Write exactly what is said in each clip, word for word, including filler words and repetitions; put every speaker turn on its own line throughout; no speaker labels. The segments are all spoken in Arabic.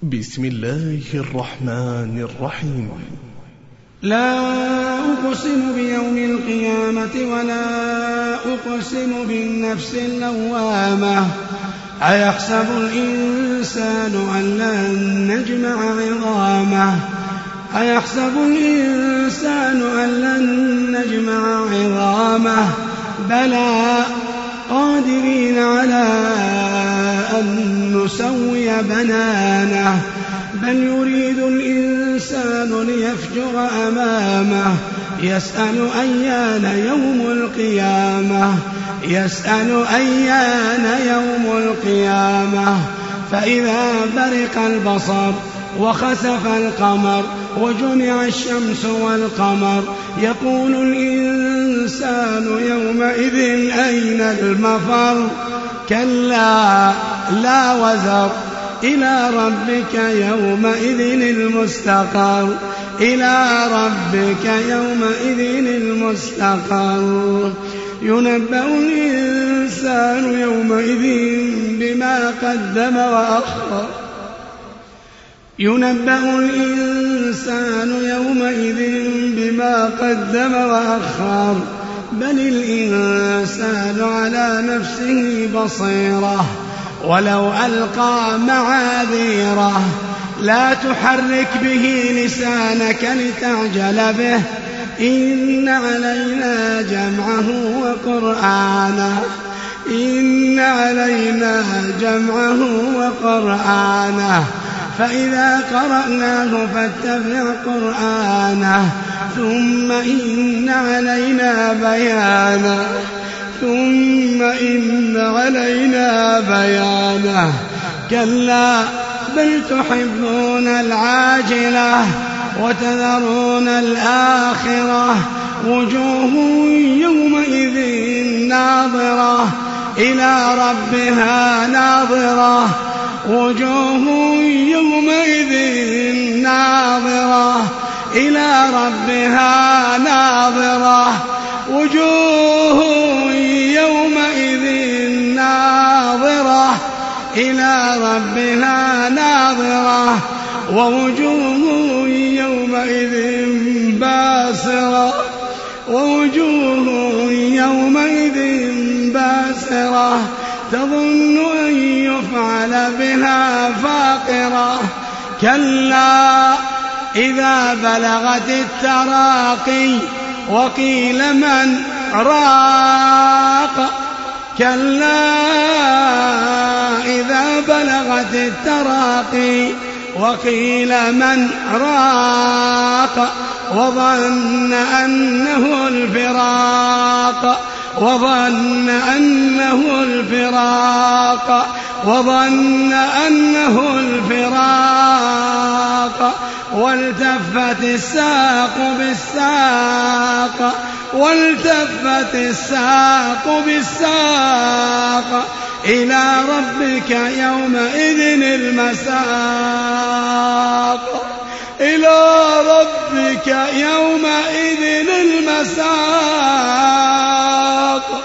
بسم الله الرحمن الرحيم.
لا أقسم بيوم القيامة ولا أقسم بالنفس اللوامة أيحسب الإنسان أن لن نجمع عظامه أيحسب الإنسان أن لن نجمع عظامه بلى قادرين على أن نسوي بنانه بل يريد الإنسان ليفجر أمامه يسأل أيان يوم القيامة يسأل أيان يوم القيامة فإذا برق البصر وخسف القمر وجمع الشمس والقمر يقول الإنسان يومئذ أين المفر كلا لا وزر إلى ربك يومئذ المستقر إلى ربك يومئذ المستقر ينبأ الإنسان يومئذ بما قدم وأخر ينبأ الإنسان يومئذ بما قدم وأخر بل الإنسان على نفسه بصيرة ولو ألقى معاذيره لا تحرك به لسانك لتعجل به إن علينا جمعه وقرآنه إن علينا جمعه وقرآنه فإذا قرأناه فاتبع قرآنه ثم إن علينا بيانه ثم إن علينا بيانه كلا بل تحبون العاجلة وتذرون الآخرة وجوه يومئذ ناظرة إلى ربها ناظرة وجوه يومئذ ناظرة إلى ربها ناظرة وجوه يومئذ ناظرة إلى ربها ناظرة ووجوه يومئذ باسرة ووجوه يومئذ باسرة تظن أن يفعل بها فاقرة كلا إذا بلغت التراقي وقيل من راق كلا إذا بلغت التراقي وقيل من راق وظن أنه الفراق وظن أنه الفراق وظن أنه الفراق والتفت الساق بالساق والتفت الساق بالساق إلى ربك يومئذ المساق إلى ربك يومئذ المساق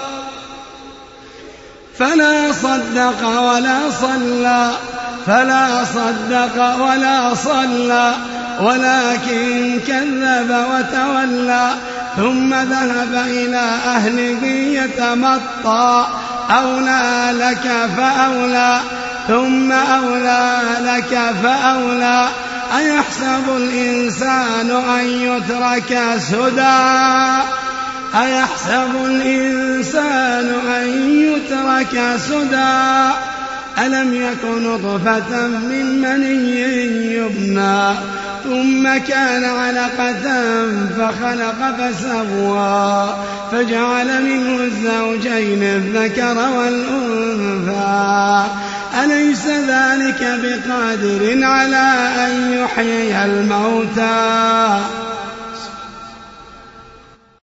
فلا صدق ولا صلى فلا صدق ولا صلى ولكن كذب وتولى ثم ذهب إلى أهله يتمطى أولى لك فأولى ثم أولى لك فأولى أيحسب الإنسان أن يترك سدى أيحسب الإنسان أن يترك سدى ألم يكن نطفة من مني يمنى ثم كان علقة فخلق فسوى فجعل منه الزوجين الذكر والأنثى أليس ذلك بقادر على أن يحيي الموتى